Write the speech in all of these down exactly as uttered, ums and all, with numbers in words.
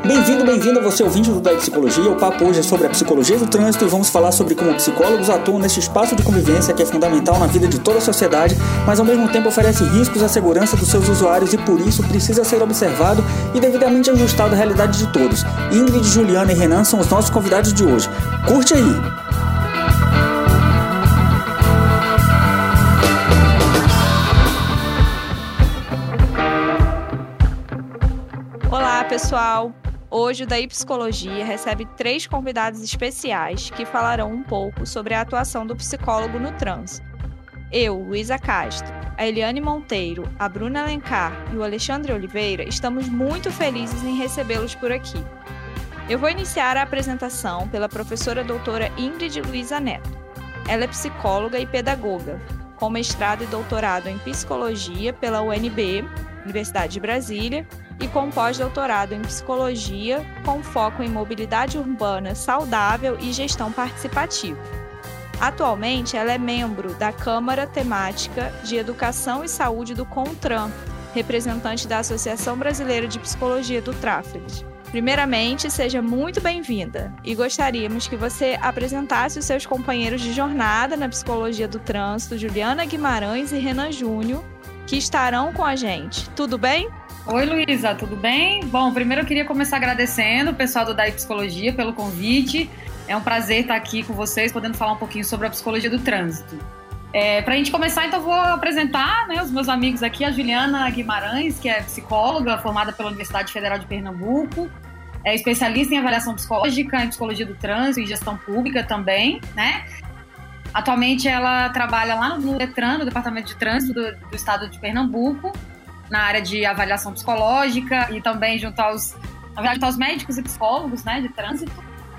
Bem-vindo, bem-vinda você ouvinte do Daí Psicologia. O papo hoje é sobre a psicologia do trânsito e vamos falar sobre como psicólogos atuam nesse espaço de convivência que é fundamental na vida de toda a sociedade, mas ao mesmo tempo oferece riscos à segurança dos seus usuários e por isso precisa ser observado e devidamente ajustado à realidade de todos. Ingrid, Juliana e Renan são os nossos convidados de hoje. Curte aí! Olá, pessoal! Hoje o Daí Psicologia recebe três convidados especiais que falarão um pouco sobre a atuação do psicólogo no trânsito. Eu, Luísa Castro, a Eliane Monteiro, a Bruna Alencar e o Alexandre Oliveira estamos muito felizes em recebê-los por aqui. Eu vou iniciar a apresentação pela professora doutora Ingrid Luiza Neto. Ela é psicóloga e pedagoga, com mestrado e doutorado em psicologia pela U N B, Universidade de Brasília, e com pós-doutorado em psicologia, com foco em mobilidade urbana saudável e gestão participativa. Atualmente, ela é membro da Câmara Temática de Educação e Saúde do CONTRAN, representante da Associação Brasileira de Psicologia do Tráfego. Primeiramente, seja muito bem-vinda e gostaríamos que você apresentasse os seus companheiros de jornada na psicologia do trânsito, Juliana Guimarães e Renan Júnior, que estarão com a gente. Tudo bem? Oi, Luísa, tudo bem? Bom, primeiro eu queria começar agradecendo o pessoal do Daí Psicologia pelo convite. É um prazer estar aqui com vocês, podendo falar um pouquinho sobre a psicologia do trânsito. É, Para a gente começar, então, vou apresentar, né, os meus amigos aqui, a Juliana Guimarães, que é psicóloga, formada pela Universidade Federal de Pernambuco, é especialista em avaliação psicológica, em psicologia do trânsito e gestão pública também, né? Atualmente ela trabalha lá no DETRAN, no Departamento de Trânsito do, do Estado de Pernambuco, na área de avaliação psicológica e também junto aos, junto aos médicos e psicólogos, né, de trânsito.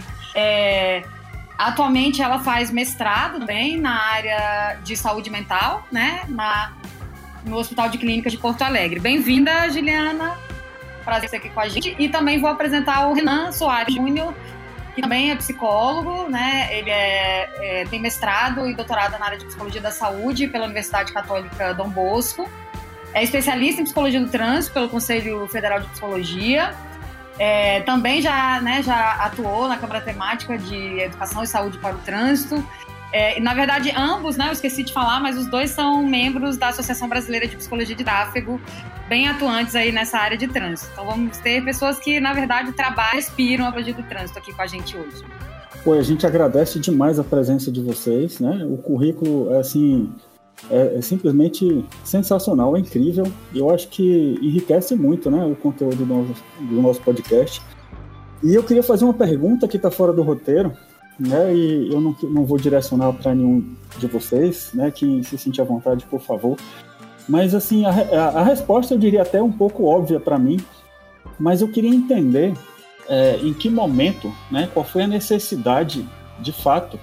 É, atualmente ela faz mestrado também na área de saúde mental, né, na, no Hospital de Clínicas de Porto Alegre. Bem-vinda, Juliana. Prazer estar aqui com a gente. E também vou apresentar o Renan Soares Júnior, que também é psicólogo, né? Ele é, é, tem mestrado e doutorado na área de psicologia da saúde pela Universidade Católica Dom Bosco. É especialista em psicologia do trânsito pelo Conselho Federal de Psicologia. É, também já, né, já atuou na Câmara Temática de Educação e Saúde para o Trânsito. É, na verdade, ambos, né, eu esqueci de falar, mas os dois são membros da Associação Brasileira de Psicologia de Tráfego, bem atuantes aí nessa área de trânsito. Então vamos ter pessoas que, na verdade, trabalham e respiram a psicologia do trânsito aqui com a gente hoje. Pô, a gente agradece demais a presença de vocês, né? O currículo é assim... É, é simplesmente sensacional, é incrível. Eu acho que enriquece muito, né, o conteúdo do nosso, do nosso podcast. E eu queria fazer uma pergunta que está fora do roteiro, né, e eu não, não vou direcionar para nenhum de vocês, né, quem se sentir à vontade, por favor. Mas assim, a, a, a resposta eu diria até um pouco óbvia para mim, mas eu queria entender é, em que momento, né, qual foi a necessidade, de fato,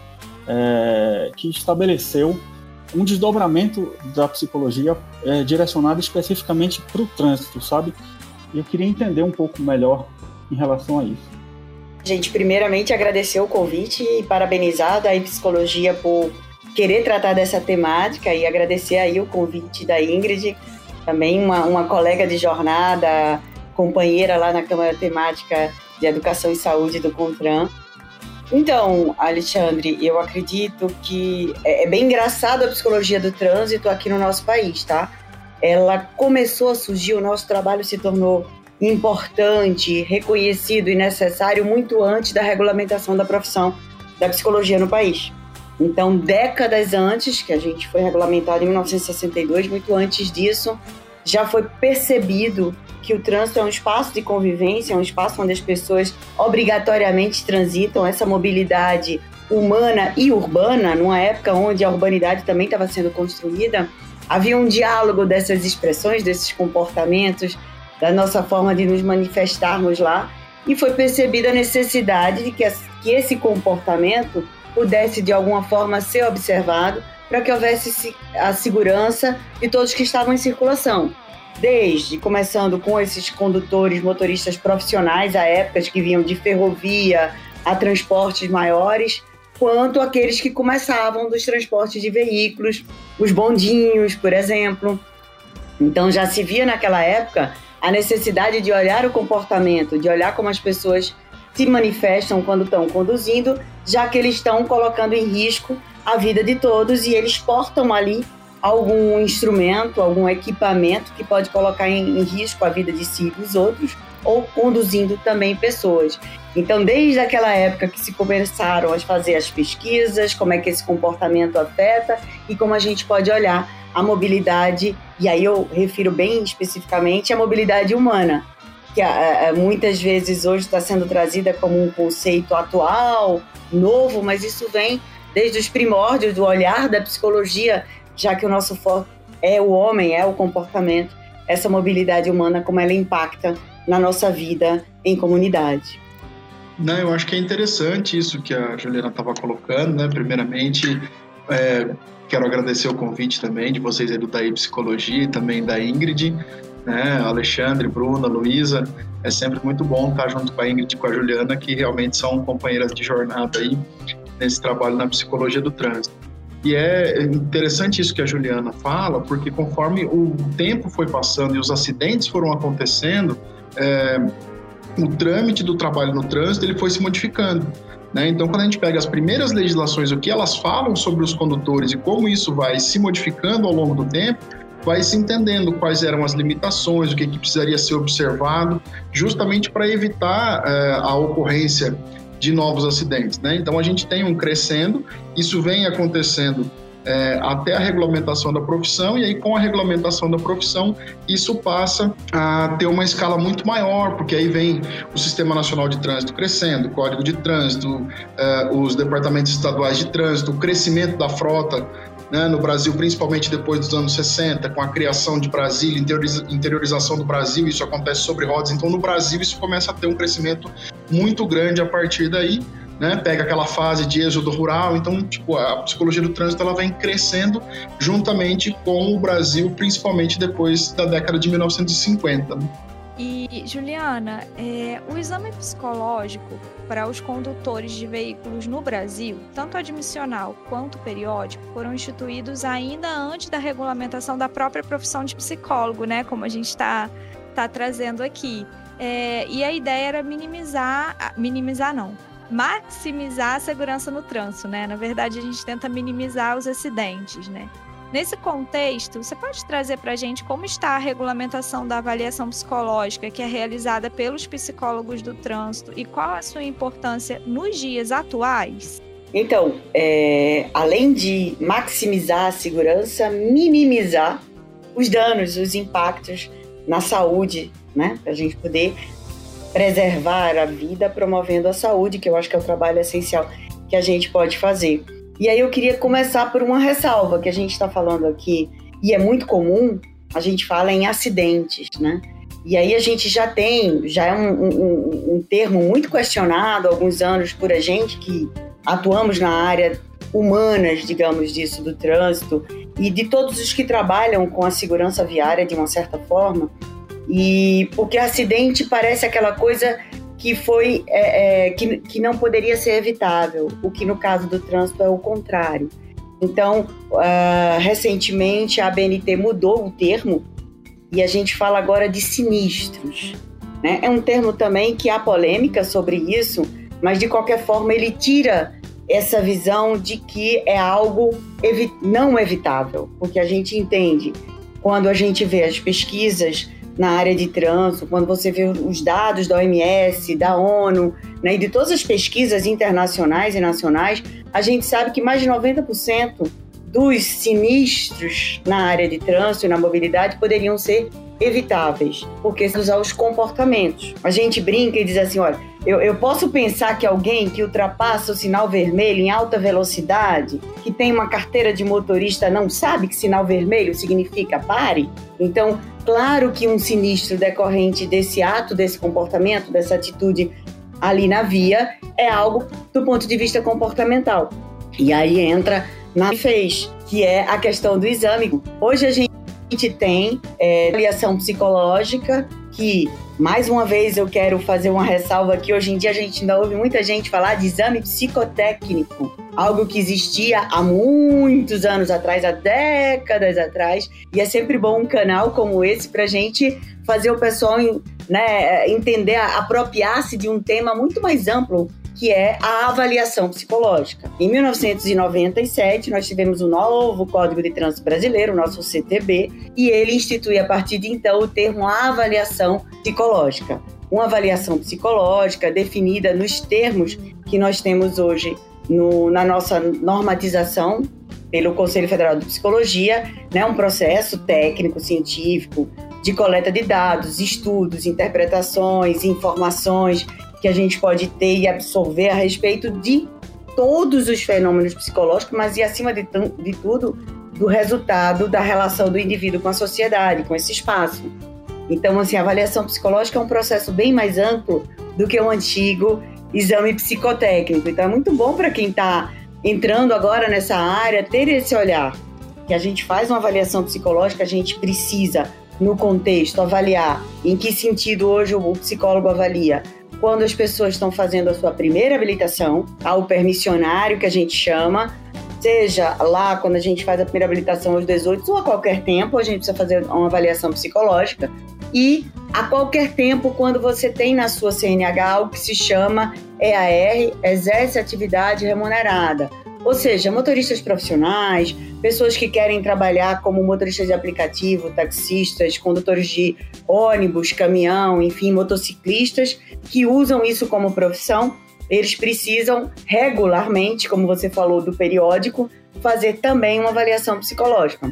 é, que estabeleceu um desdobramento da psicologia é, direcionado especificamente para o trânsito, sabe? E eu queria entender um pouco melhor em relação a isso. Gente, primeiramente agradecer o convite e parabenizar a Daí Psicologia por querer tratar dessa temática e agradecer aí o convite da Ingrid, também uma, uma colega de jornada, companheira lá na Câmara Temática de Educação e Saúde do CONTRAN. Então, Alexandre, eu acredito que é bem engraçado a psicologia do trânsito aqui no nosso país, tá? Ela começou a surgir, o nosso trabalho se tornou importante, reconhecido e necessário muito antes da regulamentação da profissão da psicologia no país. Então, décadas antes, que a gente foi regulamentado em mil novecentos e sessenta e dois, muito antes disso, já foi percebido que o trânsito é um espaço de convivência, é um espaço onde as pessoas obrigatoriamente transitam, essa mobilidade humana e urbana, numa época onde a urbanidade também estava sendo construída, havia um diálogo dessas expressões, desses comportamentos, da nossa forma de nos manifestarmos lá, e foi percebida a necessidade de que esse comportamento pudesse, de alguma forma, ser observado para que houvesse a segurança de todos que estavam em circulação. Desde, começando com esses condutores, motoristas profissionais, à época que vinham de ferrovia a transportes maiores, quanto aqueles que começavam dos transportes de veículos, os bondinhos, por exemplo. Então já se via naquela época a necessidade de olhar o comportamento, de olhar como as pessoas se manifestam quando estão conduzindo, já que eles estão colocando em risco a vida de todos e eles portam ali algum instrumento, algum equipamento que pode colocar em, em risco a vida de si e dos outros, ou conduzindo também pessoas. Então, desde aquela época que se começaram a fazer as pesquisas, como é que esse comportamento afeta e como a gente pode olhar a mobilidade, e aí eu refiro bem especificamente a mobilidade humana, que a, a, muitas vezes hoje está sendo trazida como um conceito atual, novo, mas isso vem desde os primórdios do olhar da psicologia, já que o nosso foco é o homem, é o comportamento, essa mobilidade humana, como ela impacta na nossa vida em comunidade. Não, eu acho que é interessante isso que a Juliana estava colocando, né? Primeiramente, é, quero agradecer o convite também de vocês aí do Daí Psicologia e também da Ingrid, né? Alexandre, Bruna, Luísa. É sempre muito bom estar junto com a Ingrid e com a Juliana, que realmente são companheiras de jornada aí nesse trabalho na psicologia do trânsito. E é interessante isso que a Juliana fala, porque conforme o tempo foi passando e os acidentes foram acontecendo, é, o trâmite do trabalho no trânsito ele foi se modificando, né? Então, quando a gente pega as primeiras legislações, o que elas falam sobre os condutores e como isso vai se modificando ao longo do tempo, vai se entendendo quais eram as limitações, o que, que precisaria ser observado, justamente para evitar é, a ocorrência de novos acidentes, né? Então a gente tem um crescendo, isso vem acontecendo é, até a regulamentação da profissão, e aí com a regulamentação da profissão isso passa a ter uma escala muito maior, porque aí vem o Sistema Nacional de Trânsito crescendo, o Código de Trânsito, é, os departamentos estaduais de trânsito, o crescimento da frota, né, no Brasil, principalmente depois dos anos sessenta, com a criação de Brasília, interiorização do Brasil, isso acontece sobre rodas. Então, no Brasil, isso começa a ter um crescimento muito grande a partir daí, né? Pega aquela fase de êxodo rural. Então, tipo, a psicologia do trânsito ela vem crescendo juntamente com o Brasil, principalmente depois da década de mil novecentos e cinquenta. Né? E, Juliana, é, o exame psicológico para os condutores de veículos no Brasil, tanto admissional quanto periódico, foram instituídos ainda antes da regulamentação da própria profissão de psicólogo, né? Como a gente está tá trazendo aqui. É, e a ideia era minimizar, minimizar não, maximizar a segurança no trânsito, né? Na verdade, a gente tenta minimizar os acidentes, né? Nesse contexto, você pode trazer para a gente como está a regulamentação da avaliação psicológica que é realizada pelos psicólogos do trânsito e qual a sua importância nos dias atuais? Então, é, além de maximizar a segurança, minimizar os danos, os impactos na saúde, né? Para a gente poder preservar a vida promovendo a saúde, que eu acho que é o trabalho essencial que a gente pode fazer. E aí eu queria começar por uma ressalva que a gente está falando aqui, e é muito comum, a gente fala em acidentes, né? E aí a gente já tem, já é um, um, um termo muito questionado há alguns anos por a gente que atuamos na área humanas, digamos, disso, do trânsito, e de todos os que trabalham com a segurança viária de uma certa forma, e porque acidente parece aquela coisa que foi é, é, que, que não poderia ser evitável, o que no caso do trânsito é o contrário. Então, uh, recentemente a A B N T mudou o termo e a gente fala agora de sinistros, né? É um termo também que há polêmica sobre isso, mas de qualquer forma ele tira essa visão de que é algo evi- não evitável, porque a gente entende, quando a gente vê as pesquisas na área de trânsito, quando você vê os dados da O M S, da ONU, né, e de todas as pesquisas internacionais e nacionais, a gente sabe que mais de noventa por cento dos sinistros na área de trânsito e na mobilidade poderiam ser evitáveis, porque se usar os comportamentos. A gente brinca e diz assim, olha, eu, eu posso pensar que alguém que ultrapassa o sinal vermelho em alta velocidade, que tem uma carteira de motorista, não sabe que sinal vermelho significa pare? Então, claro que um sinistro decorrente desse ato, desse comportamento, dessa atitude ali na via, é algo do ponto de vista comportamental. E aí entra na F E S, que é a questão do exame. Hoje a gente tem é, avaliação psicológica, que, mais uma vez, eu quero fazer uma ressalva aqui. Hoje em dia a gente ainda ouve muita gente falar de exame psicotécnico. algo que existia há muitos anos atrás, há décadas atrás, e é sempre bom um canal como esse para a gente fazer o pessoal, né, entender, apropriar-se de um tema muito mais amplo, que é a avaliação psicológica. Em mil novecentos e noventa e sete, nós tivemos o novo Código de Trânsito Brasileiro, o nosso C T B, e ele institui a partir de então o termo avaliação psicológica. Uma avaliação psicológica definida nos termos que nós temos hoje no, na nossa normatização pelo Conselho Federal de Psicologia, né, um processo técnico, científico, de coleta de dados, estudos, interpretações, informações que a gente pode ter e absorver a respeito de todos os fenômenos psicológicos, mas e acima de, de tudo, do resultado da relação do indivíduo com a sociedade, com esse espaço. Então, assim, a avaliação psicológica é um processo bem mais amplo do que o antigo exame psicotécnico. Então, é muito bom para quem está entrando agora nessa área ter esse olhar, que a gente faz uma avaliação psicológica, a gente precisa, no contexto, avaliar em que sentido hoje o psicólogo avalia. Quando as pessoas estão fazendo a sua primeira habilitação, ao permissionário, que a gente chama, seja lá quando a gente faz a primeira habilitação aos dezoito ou a qualquer tempo, a gente precisa fazer uma avaliação psicológica. E a qualquer tempo, quando você tem na sua C N H algo que se chama E A R, Exerce Atividade Remunerada. Ou seja, motoristas profissionais, pessoas que querem trabalhar como motoristas de aplicativo, taxistas, condutores de ônibus, caminhão, enfim, motociclistas, que usam isso como profissão, eles precisam regularmente, como você falou do periódico, fazer também uma avaliação psicológica.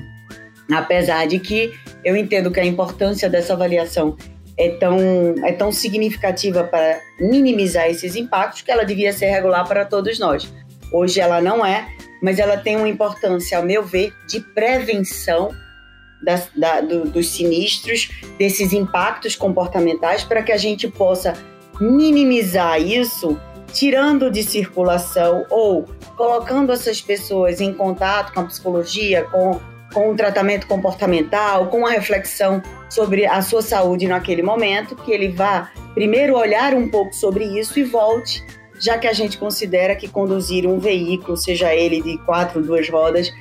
Apesar de que eu entendo que a importância dessa avaliação é tão, é tão significativa para minimizar esses impactos que ela devia ser regular para todos nós. Hoje ela não é, mas ela tem uma importância, ao meu ver, de prevenção das, da, do, dos sinistros, desses impactos comportamentais, para que a gente possa minimizar isso, tirando de circulação ou colocando essas pessoas em contato com a psicologia, com, com o tratamento comportamental, com a reflexão sobre a sua saúde naquele momento, que ele vá primeiro olhar um pouco sobre isso e volte, já que a gente considera que conduzir um veículo, seja ele de quatro, duas rodas,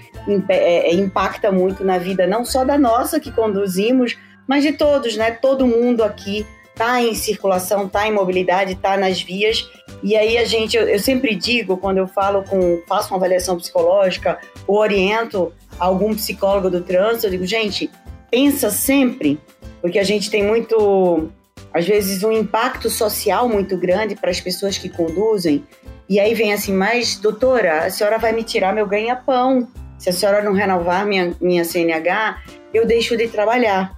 impacta muito na vida não só da nossa que conduzimos, mas de todos, né? Todo mundo aqui está em circulação, está em mobilidade, está nas vias. E aí a gente, eu, eu sempre digo, quando eu falo com, faço uma avaliação psicológica, ou oriento algum psicólogo do trânsito, eu digo, gente, pensa sempre, porque a gente tem muito, às vezes, um impacto social muito grande para as pessoas que conduzem. E aí vem assim, mas doutora, a senhora vai me tirar meu ganha-pão. Se a senhora não renovar minha, minha C N H, eu deixo de trabalhar.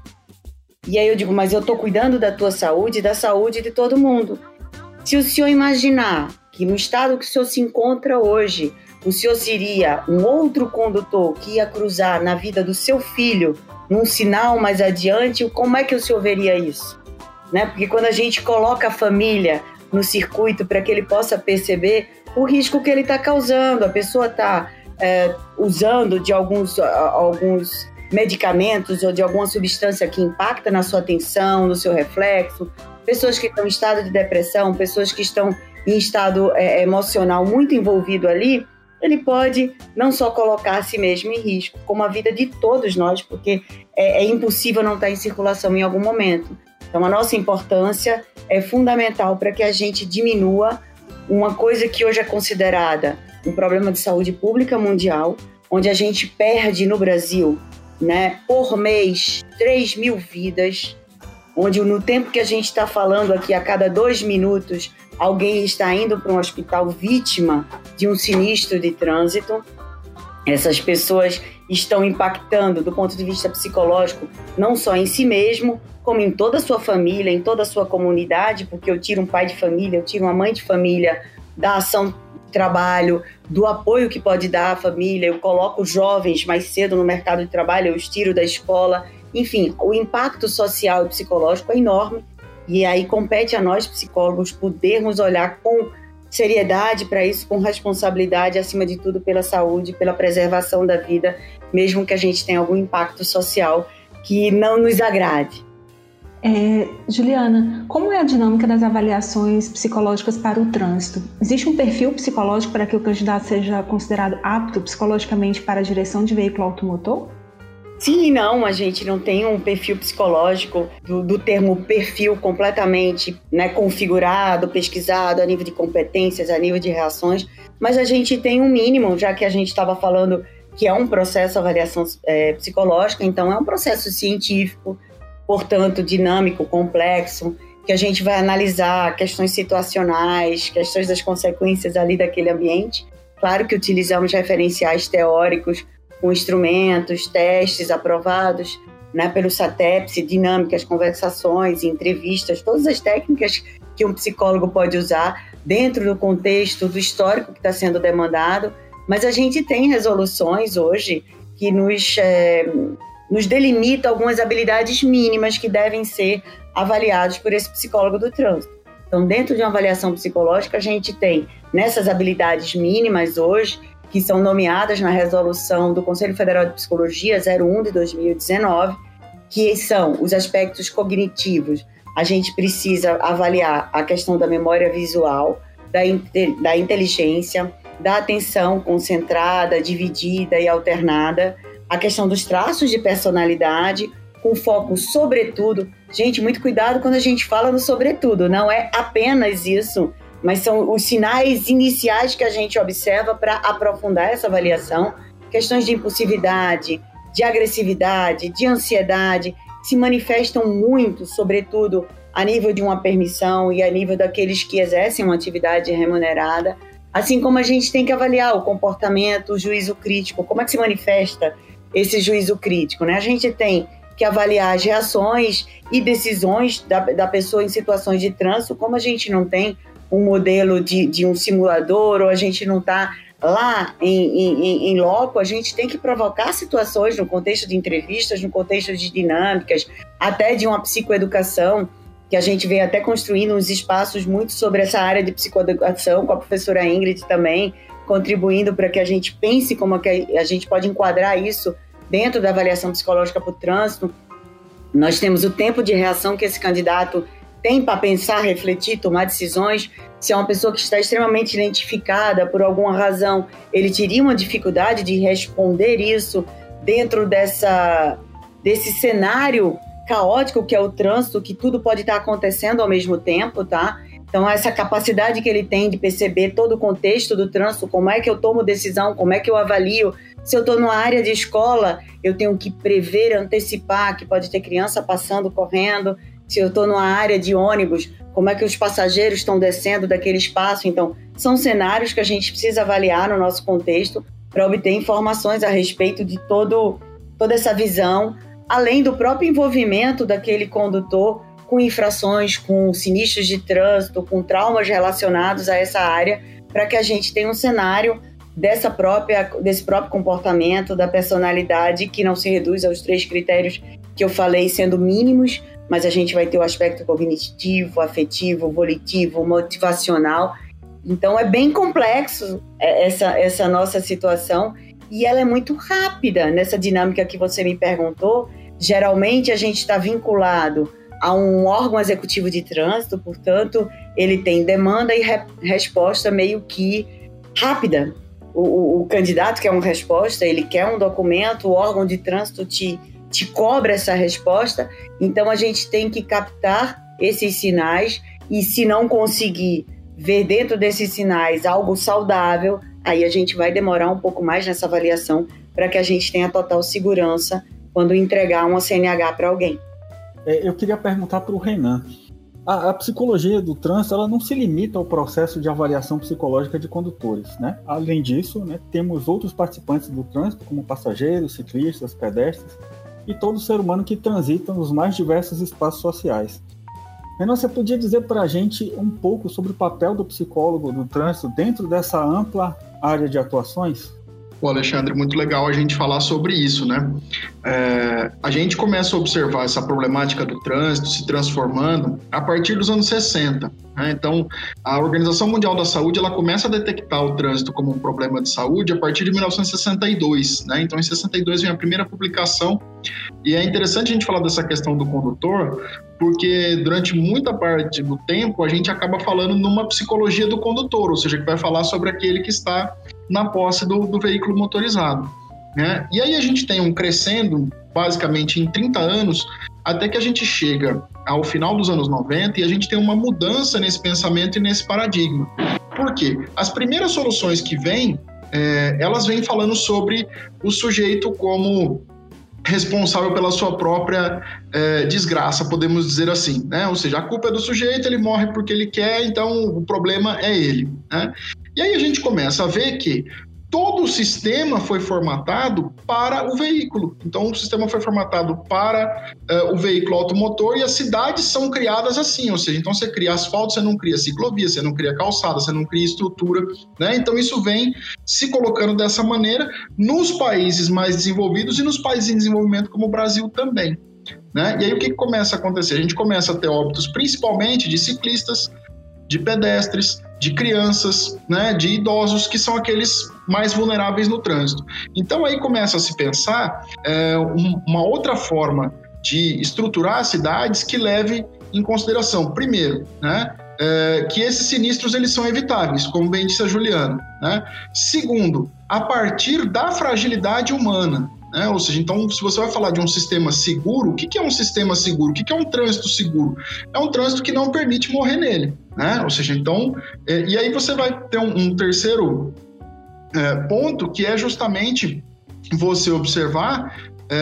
E aí eu digo, mas eu estou cuidando da tua saúde e da saúde de todo mundo. Se o senhor imaginar que no estado que o senhor se encontra hoje, o senhor seria um outro condutor que ia cruzar na vida do seu filho num sinal mais adiante, como é que o senhor veria isso? Né? Porque quando a gente coloca a família no circuito para que ele possa perceber o risco que ele está causando, a pessoa está é, usando de alguns, alguns medicamentos ou de alguma substância que impacta na sua atenção, no seu reflexo, pessoas que estão em estado de depressão, pessoas que estão em estado é, emocional muito envolvido ali, ele pode não só colocar a si mesmo em risco, como a vida de todos nós, porque é, é impossível não estar em circulação em algum momento. Então, a nossa importância é fundamental para que a gente diminua uma coisa que hoje é considerada um problema de saúde pública mundial, onde a gente perde no Brasil, né, por mês, três mil vidas, onde no tempo que a gente está falando aqui, a cada dois minutos, alguém está indo para um hospital vítima de um sinistro de trânsito. Essas pessoas estão impactando do ponto de vista psicológico, não só em si mesmo, como em toda a sua família, em toda a sua comunidade, porque eu tiro um pai de família, eu tiro uma mãe de família da ação de trabalho, do apoio que pode dar à família, eu coloco jovens mais cedo no mercado de trabalho, eu os tiro da escola. Enfim, o impacto social e psicológico é enorme e aí compete a nós, psicólogos, podermos olhar com seriedade para isso, com responsabilidade, acima de tudo, pela saúde, pela preservação da vida, mesmo que a gente tenha algum impacto social que não nos agrade. É, Juliana, como é a dinâmica das avaliações psicológicas para o trânsito? Existe um perfil psicológico para que o candidato seja considerado apto psicologicamente para a direção de veículo automotor? Sim e não, a gente não tem um perfil psicológico do, do termo perfil completamente, né, configurado, pesquisado a nível de competências, a nível de reações, mas a gente tem um mínimo, já que a gente estava falando que é um processo de avaliação é, psicológica, então é um processo científico, portanto, dinâmico, complexo, que a gente vai analisar questões situacionais, questões das consequências ali daquele ambiente. Claro que utilizamos referenciais teóricos com instrumentos, testes aprovados, né, pelo SATEPS, dinâmicas, conversações, entrevistas, todas as técnicas que um psicólogo pode usar dentro do contexto do histórico que está sendo demandado, mas a gente tem resoluções hoje que nos... É, nos delimita algumas habilidades mínimas que devem ser avaliadas por esse psicólogo do trânsito. Então, dentro de uma avaliação psicológica, a gente tem nessas habilidades mínimas hoje, que são nomeadas na resolução do Conselho Federal de Psicologia zero um de dois mil e dezenove, que são os aspectos cognitivos. A gente precisa avaliar a questão da memória visual, da, inte- da inteligência, da atenção concentrada, dividida e alternada, a questão dos traços de personalidade, com foco sobretudo. Gente, muito cuidado quando a gente fala no sobretudo, não é apenas isso, mas são os sinais iniciais que a gente observa para aprofundar essa avaliação. Questões de impulsividade, de agressividade, de ansiedade, se manifestam muito, sobretudo a nível de uma permissão e a nível daqueles que exercem uma atividade remunerada, assim como a gente tem que avaliar o comportamento, o juízo crítico, como é que se manifesta esse juízo crítico, né? A gente tem que avaliar as reações e decisões da, da pessoa em situações de trânsito, como a gente não tem um modelo de, de um simulador, ou a gente não está lá em, em, em loco, a gente tem que provocar situações no contexto de entrevistas, no contexto de dinâmicas, até de uma psicoeducação, que a gente vem até construindo uns espaços muito sobre essa área de psicoeducação, com a professora Ingrid também, contribuindo para que a gente pense como que a gente pode enquadrar isso dentro da avaliação psicológica para o trânsito. Nós temos o tempo de reação que esse candidato tem para pensar, refletir, tomar decisões. Se é uma pessoa que está extremamente identificada por alguma razão, ele teria uma dificuldade de responder isso dentro dessa, desse cenário caótico que é o trânsito, que tudo pode estar acontecendo ao mesmo tempo, tá? Então, essa capacidade que ele tem de perceber todo o contexto do trânsito, como é que eu tomo decisão, como é que eu avalio. Se eu estou numa área de escola, eu tenho que prever, antecipar, que pode ter criança passando, correndo. Se eu estou numa área de ônibus, como é que os passageiros estão descendo daquele espaço. Então, são cenários que a gente precisa avaliar no nosso contexto para obter informações a respeito de todo, toda essa visão, além do próprio envolvimento daquele condutor com infrações, com sinistros de trânsito, com traumas relacionados a essa área, para que a gente tenha um cenário dessa própria, desse próprio comportamento, da personalidade, que não se reduz aos três critérios que eu falei, sendo mínimos, mas a gente vai ter o aspecto cognitivo, afetivo, volitivo, motivacional. Então, é bem complexo essa, essa nossa situação, e ela é muito rápida nessa dinâmica que você me perguntou. Geralmente, a gente está vinculado a um órgão executivo de trânsito, portanto, ele tem demanda e re- resposta meio que rápida. O, o, o candidato quer uma resposta, ele quer um documento, o órgão de trânsito te, te cobra essa resposta, então a gente tem que captar esses sinais, e se não conseguir ver dentro desses sinais algo saudável, aí a gente vai demorar um pouco mais nessa avaliação para que a gente tenha total segurança quando entregar uma C N H para alguém. É, eu queria perguntar para o Renan. A, a psicologia do trânsito, ela não se limita ao processo de avaliação psicológica de condutores, né? Além disso, né, temos outros participantes do trânsito, como passageiros, ciclistas, pedestres e todo ser humano que transita nos mais diversos espaços sociais. Renan, você podia dizer para a gente um pouco sobre o papel do psicólogo do trânsito dentro dessa ampla área de atuações? Pô, Alexandre, muito legal a gente falar sobre isso, né? É, a gente começa a observar essa problemática do trânsito se transformando a partir dos anos sessenta. Né? Então, a Organização Mundial da Saúde ela começa a detectar o trânsito como um problema de saúde a partir de mil novecentos e sessenta e dois. Né? Então, em sessenta e dois vem a primeira publicação. E é interessante a gente falar dessa questão do condutor, porque durante muita parte do tempo a gente acaba falando numa psicologia do condutor, ou seja, que vai falar sobre aquele que está na posse do, do veículo motorizado. Né? E aí a gente tem um crescendo, basicamente em trinta anos, até que a gente chega ao final dos anos noventa e a gente tem uma mudança nesse pensamento e nesse paradigma. Por quê? As primeiras soluções que vêm, é, elas vêm falando sobre o sujeito como responsável pela sua própria é, desgraça, podemos dizer assim, né? Ou seja, a culpa é do sujeito, ele morre porque ele quer, então o problema é ele, né? E aí a gente começa a ver que todo o sistema foi formatado para o veículo. Então, o sistema foi formatado para uh, o veículo automotor e as cidades são criadas assim, ou seja, então você cria asfalto, você não cria ciclovia, você não cria calçada, você não cria estrutura, né? Então, isso vem se colocando dessa maneira nos países mais desenvolvidos e nos países em desenvolvimento como o Brasil também, né? E aí, o que, que começa a acontecer? A gente começa a ter óbitos principalmente de ciclistas, de pedestres, de crianças, né, de idosos, que são aqueles mais vulneráveis no trânsito. Então aí começa a se pensar é, um, uma outra forma de estruturar as cidades que leve em consideração, primeiro, né, é, que esses sinistros eles são evitáveis, como bem disse a Juliana, né? Segundo, a partir da fragilidade humana. É, ou seja, então, se você vai falar de um sistema seguro, o que, que é um sistema seguro? O que, que é um trânsito seguro? É um trânsito que não permite morrer nele, né? Ou seja, então, é, e aí você vai ter um, um terceiro é, ponto, que é justamente você observar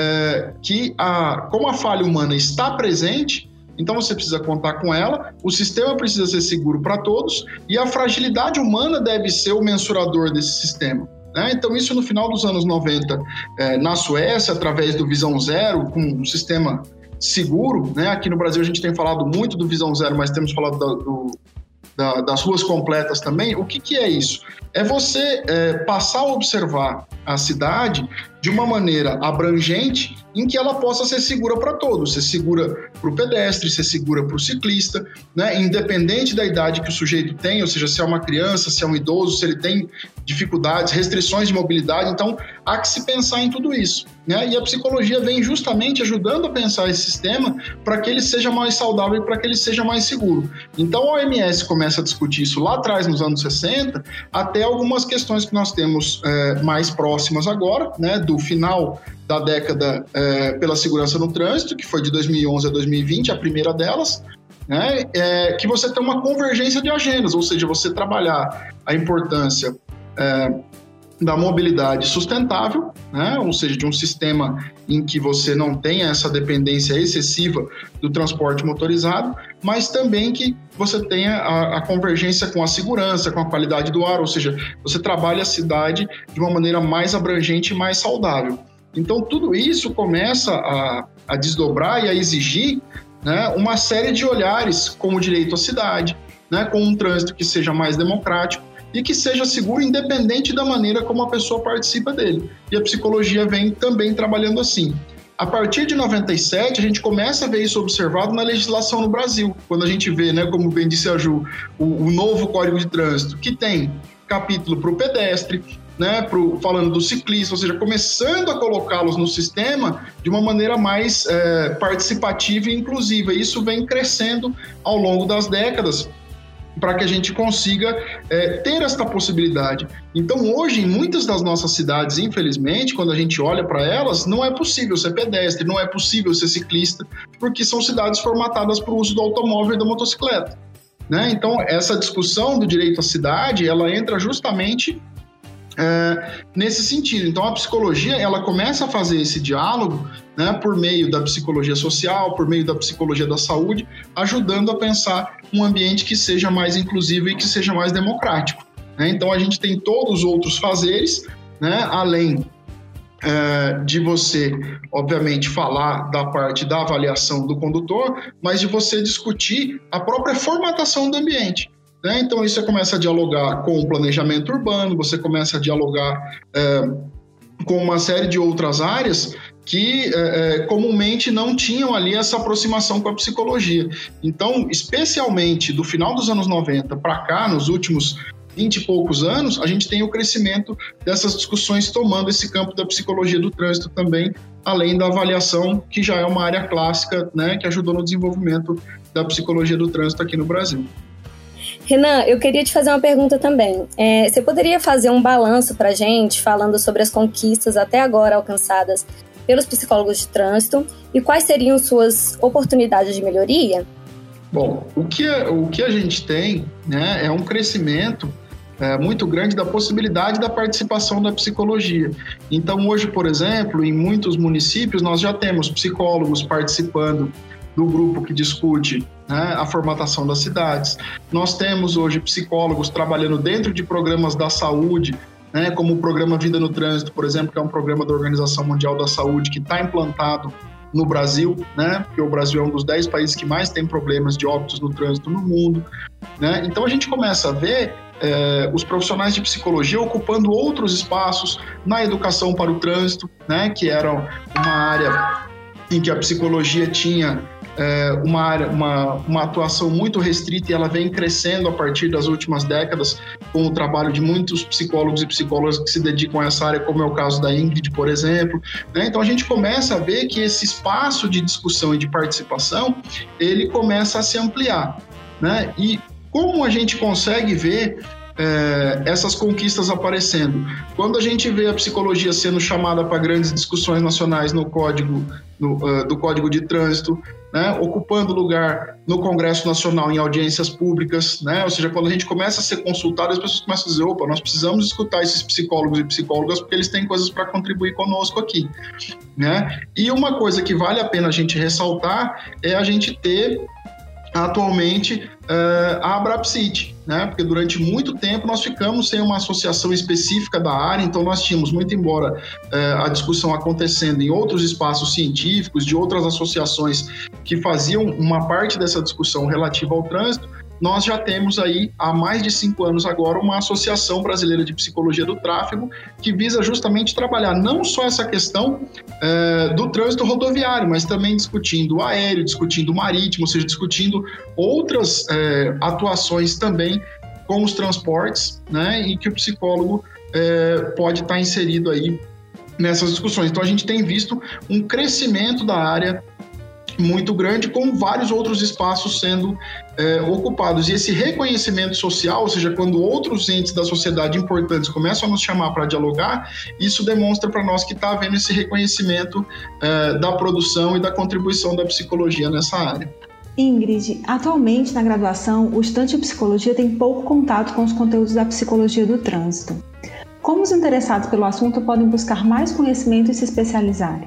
é, que a, como a falha humana está presente, então você precisa contar com ela, o sistema precisa ser seguro para todos e a fragilidade humana deve ser o mensurador desse sistema. Né? Então isso no final dos anos noventa, é, na Suécia, através do Visão Zero, com um sistema seguro, né? Aqui no Brasil a gente tem falado muito do Visão Zero, mas temos falado da, do, da, das ruas completas também. O que, que é isso? É você é, passar a observar a cidade de uma maneira abrangente em que ela possa ser segura para todos, ser segura para o pedestre, ser segura para o ciclista, né? Independente da idade que o sujeito tem, ou seja, se é uma criança, se é um idoso, se ele tem dificuldades, restrições de mobilidade, então há que se pensar em tudo isso, né? E a psicologia vem justamente ajudando a pensar esse sistema para que ele seja mais saudável e para que ele seja mais seguro. Então a O M S começa a discutir isso lá atrás, nos anos sessenta, até algumas questões que nós temos é, mais próximas agora, né? Do final da década é, pela segurança no trânsito, que foi de dois mil e onze a dois mil e vinte, a primeira delas, né, é, que você tem uma convergência de agendas, ou seja, você trabalhar a importância é, da mobilidade sustentável, né, ou seja, de um sistema em que você não tenha essa dependência excessiva do transporte motorizado, mas também que você tenha a, a convergência com a segurança, com a qualidade do ar, ou seja, você trabalha a cidade de uma maneira mais abrangente e mais saudável. Então, tudo isso começa a, a desdobrar e a exigir, né, uma série de olhares como o direito à cidade, né, com um trânsito que seja mais democrático e que seja seguro independente da maneira como a pessoa participa dele. E a psicologia vem também trabalhando assim. A partir de noventa e sete, a gente começa a ver isso observado na legislação no Brasil, quando a gente vê, né, como bem disse a Ju, o, o novo Código de Trânsito, que tem capítulo para o pedestre, né, pro, falando do ciclista, ou seja, começando a colocá-los no sistema de uma maneira mais é, participativa e inclusiva. E isso vem crescendo ao longo das décadas para que a gente consiga é, ter esta possibilidade. Então, hoje, em muitas das nossas cidades, infelizmente, quando a gente olha para elas, não é possível ser pedestre, não é possível ser ciclista, porque são cidades formatadas para o uso do automóvel e da motocicleta. Né? Então, essa discussão do direito à cidade, ela entra justamente É, nesse sentido. Então a psicologia ela começa a fazer esse diálogo, né, por meio da psicologia social, por meio da psicologia da saúde, ajudando a pensar um ambiente que seja mais inclusivo e que seja mais democrático, né? Então a gente tem todos os outros fazeres, né, além é, de você, obviamente, falar da parte da avaliação do condutor, mas de você discutir a própria formatação do ambiente. né? Então, isso você começa a dialogar com o planejamento urbano, você começa a dialogar é, com uma série de outras áreas que é, comumente não tinham ali essa aproximação com a psicologia. Então, especialmente do final dos anos noventa para cá, nos últimos vinte e poucos anos, a gente tem o crescimento dessas discussões tomando esse campo da psicologia do trânsito também, além da avaliação, que já é uma área clássica, né, que ajudou no desenvolvimento da psicologia do trânsito aqui no Brasil. Renan, eu queria te fazer uma pergunta também. É, você poderia fazer um balanço para a gente, falando sobre as conquistas até agora alcançadas pelos psicólogos de trânsito e quais seriam suas oportunidades de melhoria? Bom, o que, o que a gente tem, né, é um crescimento é, muito grande da possibilidade da participação da psicologia. Então, hoje, por exemplo, em muitos municípios, nós já temos psicólogos participando do grupo que discute, né, a formatação das cidades. Nós temos hoje psicólogos trabalhando dentro de programas da saúde, né, como o programa Vida no Trânsito, por exemplo, que é um programa da Organização Mundial da Saúde que está implantado no Brasil, né, porque o Brasil é um dos dez países que mais tem problemas de óbitos no trânsito no mundo, né? Então a gente começa a ver é, os profissionais de psicologia ocupando outros espaços na educação para o trânsito, né, que era uma área em que a psicologia tinha é, uma, área, uma, uma atuação muito restrita, e ela vem crescendo a partir das últimas décadas com o trabalho de muitos psicólogos e psicólogas que se dedicam a essa área, como é o caso da Ingrid, por exemplo, né? Então a gente começa a ver que esse espaço de discussão e de participação, ele começa a se ampliar, né? E como a gente consegue ver É, essas conquistas aparecendo? Quando a gente vê a psicologia sendo chamada para grandes discussões nacionais no código, no, uh, do Código de Trânsito, né, ocupando lugar no Congresso Nacional em audiências públicas, né, ou seja, quando a gente começa a ser consultado, as pessoas começam a dizer, opa, nós precisamos escutar esses psicólogos e psicólogas porque eles têm coisas para contribuir conosco aqui, né? E uma coisa que vale a pena a gente ressaltar é a gente ter atualmente uh, a Abrapsit, né? Porque durante muito tempo nós ficamos sem uma associação específica da área, então nós tínhamos, muito embora uh, a discussão acontecendo em outros espaços científicos, de outras associações que faziam uma parte dessa discussão relativa ao trânsito, nós já temos aí, há mais de cinco anos agora, uma Associação Brasileira de Psicologia do Tráfego, que visa justamente trabalhar não só essa questão é, do trânsito rodoviário, mas também discutindo o aéreo, discutindo o marítimo, ou seja, discutindo outras é, atuações também com os transportes, né, e que o psicólogo é, pode estar inserido aí nessas discussões. Então a gente tem visto um crescimento da área muito grande, com vários outros espaços sendo é, ocupados. E esse reconhecimento social, ou seja, quando outros entes da sociedade importantes começam a nos chamar para dialogar, isso demonstra para nós que está havendo esse reconhecimento é, da produção e da contribuição da psicologia nessa área. Ingrid, atualmente na graduação, o estudante de psicologia tem pouco contato com os conteúdos da psicologia do trânsito. Como os interessados pelo assunto podem buscar mais conhecimento e se especializarem?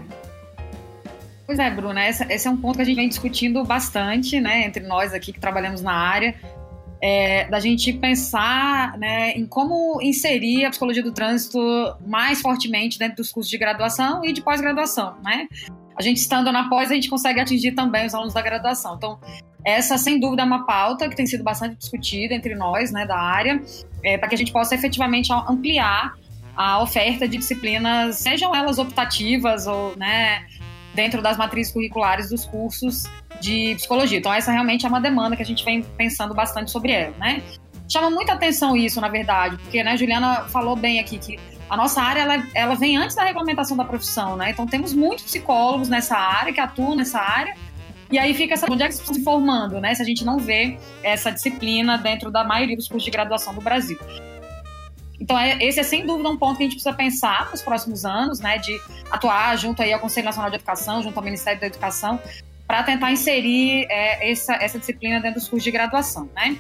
Pois é, Bruna, esse, esse é um ponto que a gente vem discutindo bastante, né, entre nós aqui que trabalhamos na área, é, da gente pensar, né, em como inserir a psicologia do trânsito mais fortemente dentro dos cursos de graduação e de pós-graduação, né? A gente estando na pós, a gente consegue atingir também os alunos da graduação. Então, essa, sem dúvida, é uma pauta que tem sido bastante discutida entre nós, né, da área, é, para que a gente possa efetivamente ampliar a oferta de disciplinas, sejam elas optativas ou, né, dentro das matrizes curriculares dos cursos de psicologia. Então, essa realmente é uma demanda que a gente vem pensando bastante sobre ela, né? Chama muita atenção isso, na verdade, porque, né, a Juliana falou bem aqui que a nossa área, ela, ela vem antes da regulamentação da profissão, né? Então, temos muitos psicólogos nessa área, que atuam nessa área, e aí fica essa... Onde é que estão se formando, né? Se a gente não vê essa disciplina dentro da maioria dos cursos de graduação do Brasil. Então, esse é sem dúvida um ponto que a gente precisa pensar nos próximos anos, né, de atuar junto aí ao Conselho Nacional de Educação, junto ao Ministério da Educação, para tentar inserir é, essa, essa disciplina dentro dos cursos de graduação, né?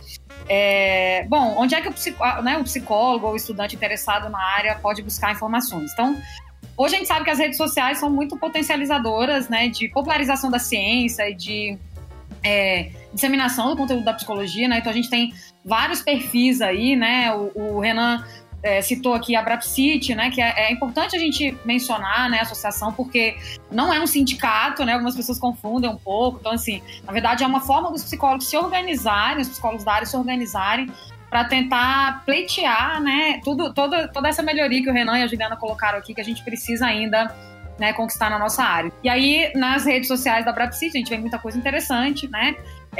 É, bom, onde é que o, psico, né, o psicólogo ou o estudante interessado na área pode buscar informações? Então, hoje a gente sabe que as redes sociais são muito potencializadoras, né, de popularização da ciência e de é, disseminação do conteúdo da psicologia, né? Então, a gente tem vários perfis aí, né? O, o Renan é, citou aqui a Brapsit, né, que é, é importante a gente mencionar, né, a associação, porque não é um sindicato, né, algumas pessoas confundem um pouco. Então, assim, na verdade é uma forma dos psicólogos se organizarem, os psicólogos da área se organizarem para tentar pleitear, né, tudo, toda, toda essa melhoria que o Renan e a Juliana colocaram aqui, que a gente precisa ainda, né, conquistar na nossa área. E aí, nas redes sociais da Brapsit, a gente vê muita coisa interessante, né,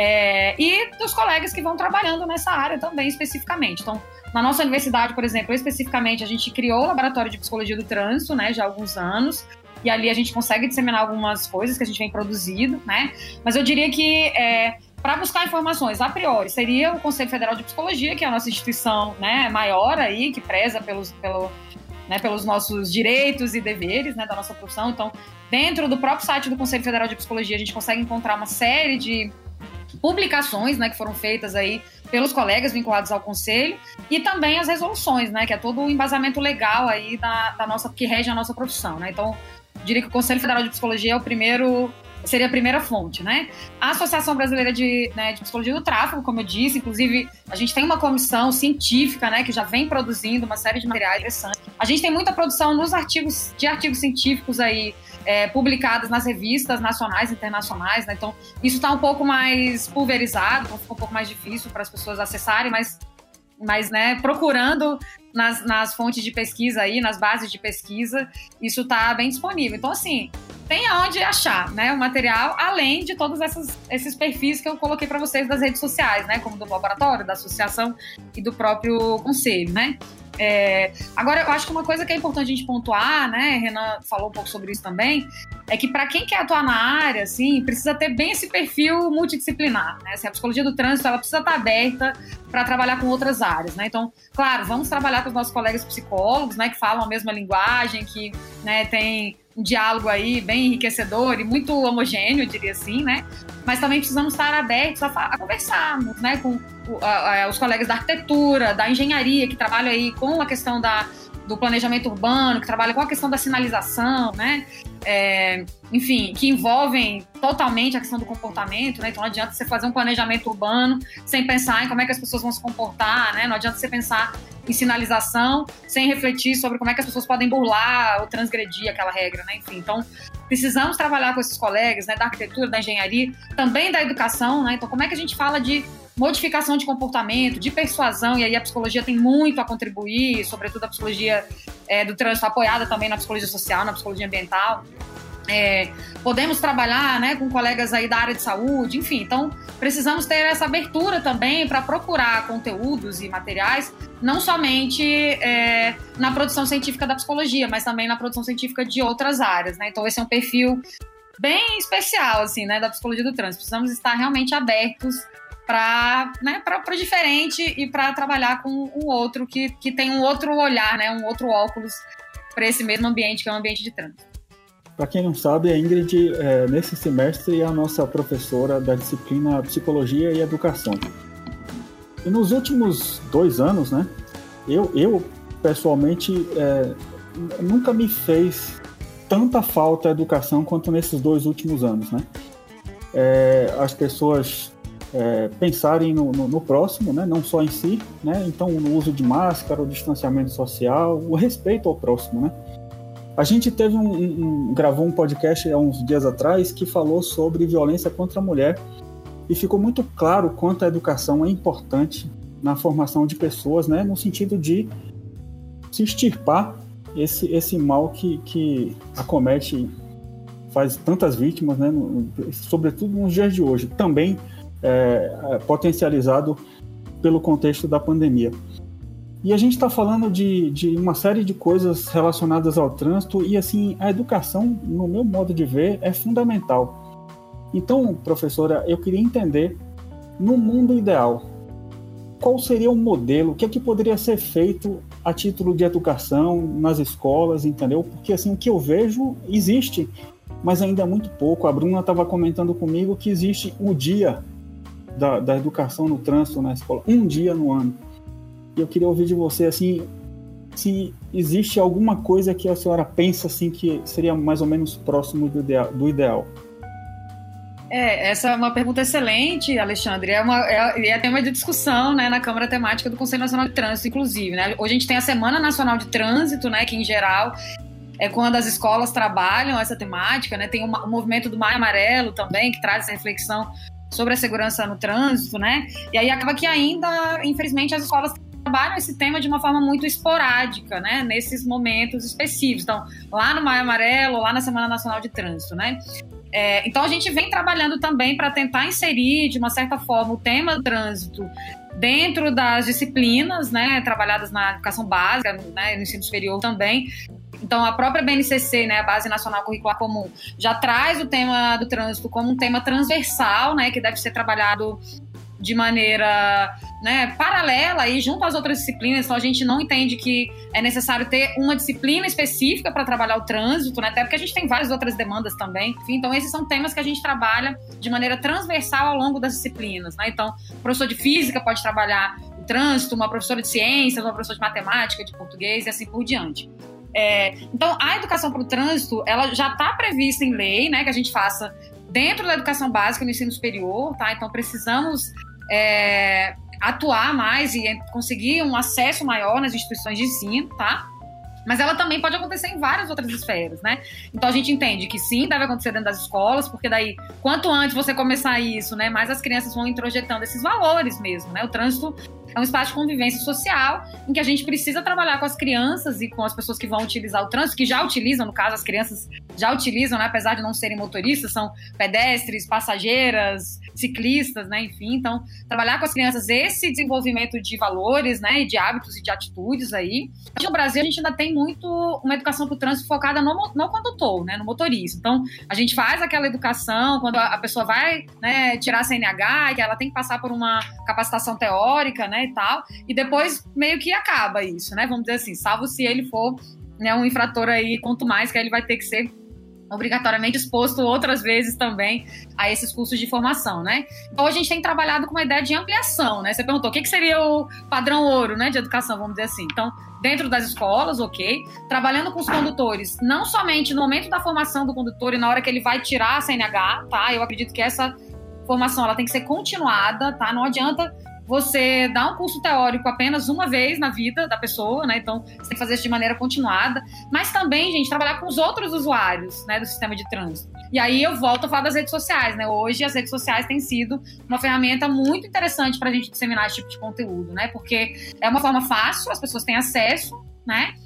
é, e dos colegas que vão trabalhando nessa área também, especificamente. Então, na nossa universidade, por exemplo, especificamente, a gente criou o Laboratório de Psicologia do Trânsito, né, já há alguns anos, e ali a gente consegue disseminar algumas coisas que a gente vem produzindo, né, mas eu diria que, é, para buscar informações, a priori, seria o Conselho Federal de Psicologia, que é a nossa instituição, né, maior aí, que preza pelos, pelo, né, pelos nossos direitos e deveres, né, da nossa profissão. Então, dentro do próprio site do Conselho Federal de Psicologia, a gente consegue encontrar uma série de publicações, né, que foram feitas aí pelos colegas vinculados ao Conselho, e também as resoluções, né, que é todo o embasamento legal aí da, da nossa, que rege a nossa profissão, né. Então, eu diria que o Conselho Federal de Psicologia é o primeiro... seria a primeira fonte, né? A Associação Brasileira de, né, de Psicologia do Tráfego, como eu disse, inclusive a gente tem uma comissão científica, né, que já vem produzindo uma série de materiais interessantes. A gente tem muita produção nos artigos, de artigos científicos aí, é, publicados nas revistas nacionais e internacionais, né? Então, isso está um pouco mais pulverizado, então fica um pouco mais difícil para as pessoas acessarem, mas, mas né, procurando nas, nas fontes de pesquisa aí, nas bases de pesquisa, isso está bem disponível. Então, assim, tem aonde achar, né, o material, além de todos essas, esses perfis que eu coloquei para vocês das redes sociais, né, como do laboratório, da associação e do próprio conselho, né. É, agora, eu acho que uma coisa que é importante a gente pontuar, né, Renan falou um pouco sobre isso também, é que para quem quer atuar na área, assim, precisa ter bem esse perfil multidisciplinar, né, assim, a psicologia do trânsito, ela precisa estar aberta para trabalhar com outras áreas, né, então, claro, vamos trabalhar com os nossos colegas psicólogos, né, que falam a mesma linguagem, que, né, tem um diálogo aí bem enriquecedor e muito homogêneo, eu diria assim, né? Mas também precisamos estar abertos a, a conversarmos, né, com o, a, a, os colegas da arquitetura, da engenharia, que trabalham aí com a questão da, do planejamento urbano, que trabalham com a questão da sinalização, né? É, enfim, que envolvem totalmente a questão do comportamento, né? Então não adianta você fazer um planejamento urbano sem pensar em como é que as pessoas vão se comportar, né? Não adianta você pensar em sinalização sem refletir sobre como é que as pessoas podem burlar ou transgredir aquela regra, né? Enfim, então precisamos trabalhar com esses colegas, né, da arquitetura, da engenharia, também da educação, né? Então como é que a gente fala de modificação de comportamento, de persuasão, e aí a psicologia tem muito a contribuir, sobretudo a psicologia é, do trânsito, apoiada também na psicologia social, na psicologia ambiental. É, podemos trabalhar, né, com colegas aí da área de saúde, enfim, então precisamos ter essa abertura também para procurar conteúdos e materiais, não somente é, na produção científica da psicologia, mas também na produção científica de outras áreas, né? Então esse é um perfil bem especial, assim, né, da psicologia do trânsito. Precisamos estar realmente abertos para, né, para o diferente e para trabalhar com um outro que, que tem um outro olhar, né, um outro óculos para esse mesmo ambiente, que é o ambiente de trânsito. Para quem não sabe, a Ingrid, é, nesse semestre, é a nossa professora da disciplina Psicologia e Educação. E nos últimos dois anos, né, eu, eu pessoalmente, é, nunca me fez tanta falta a educação quanto nesses dois últimos anos, né? É, as pessoas é, pensarem no, no, no próximo, né, não só em si, né? Então, no uso de máscara, o distanciamento social, o respeito ao próximo, né? A gente teve um, um, um, gravou um podcast há uns dias atrás que falou sobre violência contra a mulher e ficou muito claro quanto a educação é importante na formação de pessoas, né, no sentido de se extirpar esse, esse mal que, que acomete, faz tantas vítimas, né, no, sobretudo nos dias de hoje, também é, potencializado pelo contexto da pandemia. E a gente está falando de, de uma série de coisas relacionadas ao trânsito e, assim, a educação, no meu modo de ver, é fundamental. Então, professora, eu queria entender, no mundo ideal, qual seria o modelo, o que é que poderia ser feito a título de educação nas escolas, entendeu? Porque, assim, o que eu vejo existe, mas ainda é muito pouco. A Bruna estava comentando comigo que existe o dia da, da educação no trânsito na escola, um dia no ano. E eu queria ouvir de você, assim, se existe alguma coisa que a senhora pensa, assim, que seria mais ou menos próximo do ideal. Do ideal. É, essa é uma pergunta excelente, Alexandre. É, uma, é, é tema de discussão, né, na Câmara Temática do Conselho Nacional de Trânsito, inclusive, né? Hoje a gente tem a Semana Nacional de Trânsito, né, que em geral é quando as escolas trabalham essa temática, né? Tem o, o movimento do Maio Amarelo também, que traz essa reflexão sobre a segurança no trânsito, né? E aí acaba que ainda, infelizmente, as escolas trabalham esse tema de uma forma muito esporádica, né? Nesses momentos específicos. Então, lá no Maio Amarelo, lá na Semana Nacional de Trânsito, né? É, então, a gente vem trabalhando também para tentar inserir, de uma certa forma, o tema do trânsito dentro das disciplinas, né? Trabalhadas na educação básica, né? No ensino superior também. Então, a própria B N C C, né, a Base Nacional Curricular Comum, já traz o tema do trânsito como um tema transversal, né, que deve ser trabalhado de maneira, né, paralela e junto às outras disciplinas. Então, a gente não entende que é necessário ter uma disciplina específica para trabalhar o trânsito, né, até porque a gente tem várias outras demandas também. Enfim, então, esses são temas que a gente trabalha de maneira transversal ao longo das disciplinas, né? Então, o professor de física pode trabalhar o trânsito, uma professora de ciências, uma professora de matemática, de português e assim por diante. É, então, a educação para o trânsito, ela já está prevista em lei, né, que a gente faça dentro da educação básica e no ensino superior, tá? Então, precisamos é, atuar mais e conseguir um acesso maior nas instituições de ensino, tá? Mas ela também pode acontecer em várias outras esferas, né? Então, a gente entende que sim, deve acontecer dentro das escolas, porque daí, quanto antes você começar isso, né, mais as crianças vão introjetando esses valores mesmo, né? O trânsito é um espaço de convivência social em que a gente precisa trabalhar com as crianças e com as pessoas que vão utilizar o trânsito, que já utilizam, no caso, as crianças já utilizam, né, apesar de não serem motoristas, são pedestres, passageiras, ciclistas, né, enfim. Então, trabalhar com as crianças esse desenvolvimento de valores, né, e de hábitos e de atitudes aí. No Brasil, a gente ainda tem muito uma educação para o trânsito focada no, no condutor, né, no motorista. Então, a gente faz aquela educação quando a, a pessoa vai, né, tirar a C N H, que ela tem que passar por uma capacitação teórica, né, e tal, e depois meio que acaba isso, né, vamos dizer assim, salvo se ele for, né, um infrator aí, quanto mais, que aí ele vai ter que ser obrigatoriamente exposto outras vezes também a esses cursos de formação, né? Então, a gente tem trabalhado com uma ideia de ampliação, né? Você perguntou o que, que seria o padrão ouro, né, de educação, vamos dizer assim. Então, dentro das escolas, ok, trabalhando com os condutores, não somente no momento da formação do condutor e na hora que ele vai tirar a C N H, tá? Eu acredito que essa formação, ela tem que ser continuada, tá? Não adianta você dá um curso teórico apenas uma vez na vida da pessoa, né? Então, você tem que fazer isso de maneira continuada. Mas também, gente, trabalhar com os outros usuários, né, do sistema de trânsito. E aí eu volto a falar das redes sociais, né? Hoje, as redes sociais têm sido uma ferramenta muito interessante para a gente disseminar esse tipo de conteúdo, né? Porque é uma forma fácil, as pessoas têm acesso, né?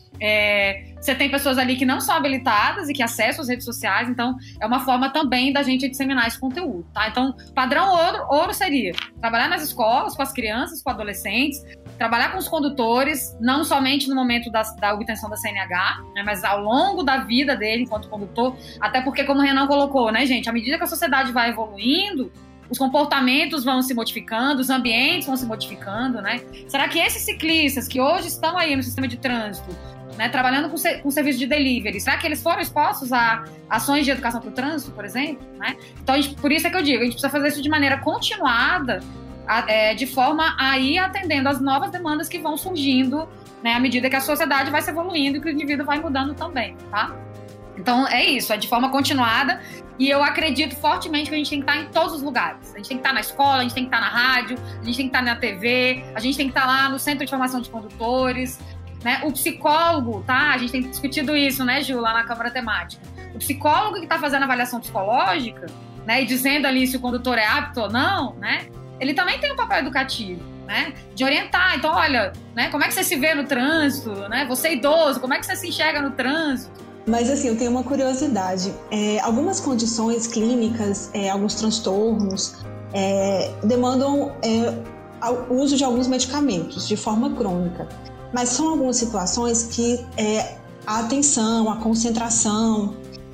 É, você tem pessoas ali que não são habilitadas e que acessam as redes sociais, então é uma forma também da gente disseminar esse conteúdo, tá? Então, padrão ouro, ouro seria trabalhar nas escolas, com as crianças, com adolescentes, trabalhar com os condutores, não somente no momento da, da obtenção da C N H, né, mas ao longo da vida dele enquanto condutor, até porque, como o Renan colocou, né, gente, à medida que a sociedade vai evoluindo, os comportamentos vão se modificando, os ambientes vão se modificando, né? Será que esses ciclistas que hoje estão aí no sistema de trânsito, né, trabalhando com, com serviço de delivery, será que eles foram expostos a ações de educação para o trânsito, por exemplo? Né? Então, a gente, por isso é que eu digo, a gente precisa fazer isso de maneira continuada, a, é, de forma a ir atendendo às novas demandas que vão surgindo, né, à medida que a sociedade vai se evoluindo e que o indivíduo vai mudando também, tá? Então, é isso, é de forma continuada. E eu acredito fortemente que a gente tem que estar em todos os lugares. A gente tem que estar na escola, a gente tem que estar na rádio, a gente tem que estar na T V, a gente tem que estar lá no Centro de Formação de Condutores, né? O psicólogo, tá? A gente tem discutido isso, né, Ju, lá na Câmara Temática. O psicólogo que está fazendo avaliação psicológica, né, e dizendo ali se o condutor é apto ou não, né, ele também tem um papel educativo, né, de orientar. Então, olha, né, como é que você se vê no trânsito, né? Você é idoso, como é que você se enxerga no trânsito? Mas assim, eu tenho uma curiosidade. É, algumas condições clínicas, é, alguns transtornos, é, demandam é, o uso de alguns medicamentos de forma crônica. Mas são algumas situações que é, a atenção, a concentração,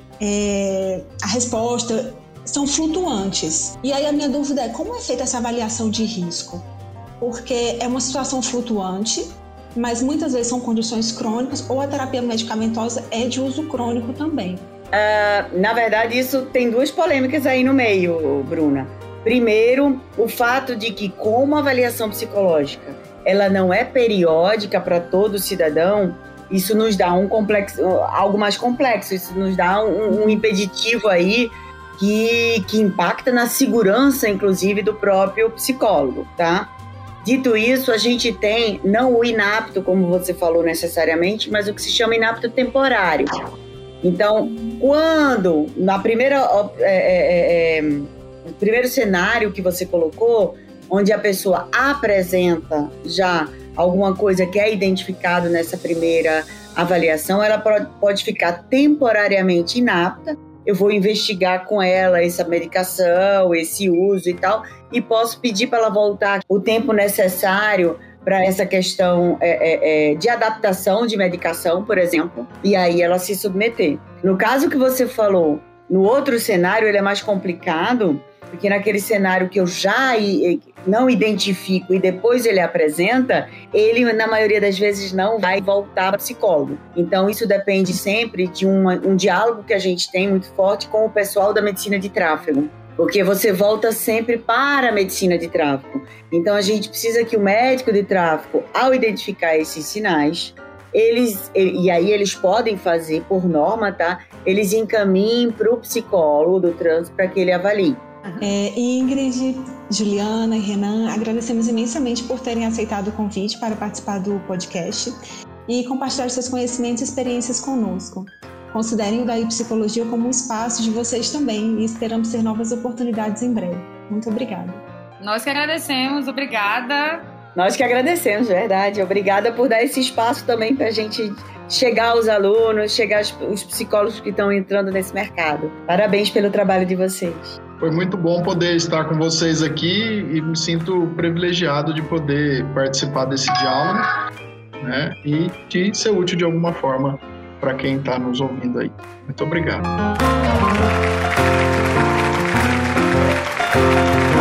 é, a resposta são flutuantes. E aí a minha dúvida é como é feita essa avaliação de risco? Porque é uma situação flutuante, mas muitas vezes são condições crônicas ou a terapia medicamentosa é de uso crônico também. Uh, na verdade, isso tem duas polêmicas aí no meio, Bruna. Primeiro, o fato de que, como a avaliação psicológica ela não é periódica para todo cidadão, isso nos dá um complexo, algo mais complexo, isso nos dá um, um impeditivo aí que, que impacta na segurança, inclusive, do próprio psicólogo, tá? Dito isso, a gente tem, não o inapto, como você falou necessariamente, mas o que se chama inapto temporário. Então, quando, na primeira, é, é, é, no primeiro cenário que você colocou, onde a pessoa apresenta já alguma coisa que é identificado nessa primeira avaliação, ela pode ficar temporariamente inapta. Eu vou investigar com ela essa medicação, esse uso e tal, e posso pedir para ela voltar o tempo necessário para essa questão é, é, é, de adaptação de medicação, por exemplo, e aí ela se submeter. No caso que você falou, no outro cenário ele é mais complicado, porque naquele cenário que eu já não identifico e depois ele apresenta, ele, na maioria das vezes, não vai voltar para psicólogo. Então, isso depende sempre de uma, um diálogo que a gente tem muito forte com o pessoal da medicina de tráfego, porque você volta sempre para a medicina de tráfego. Então, a gente precisa que o médico de tráfego, ao identificar esses sinais, eles, e aí eles podem fazer, por norma, tá? Eles encaminhem para o psicólogo do trânsito para que ele avalie. É, Ingrid, Juliana e Renan, agradecemos imensamente por terem aceitado o convite para participar do podcast e compartilhar seus conhecimentos e experiências conosco. Considerem o Daí Psicologia como um espaço de vocês também e esperamos ter novas oportunidades em breve. Muito obrigada. Nós que agradecemos, obrigada. Nós que agradecemos, verdade. Obrigada por dar esse espaço também para a gente chegar aos alunos, chegar aos psicólogos que estão entrando nesse mercado. Parabéns pelo trabalho de vocês. Foi muito bom poder estar com vocês aqui e me sinto privilegiado de poder participar desse diálogo, né, e de ser útil de alguma forma para quem está nos ouvindo aí. Muito obrigado.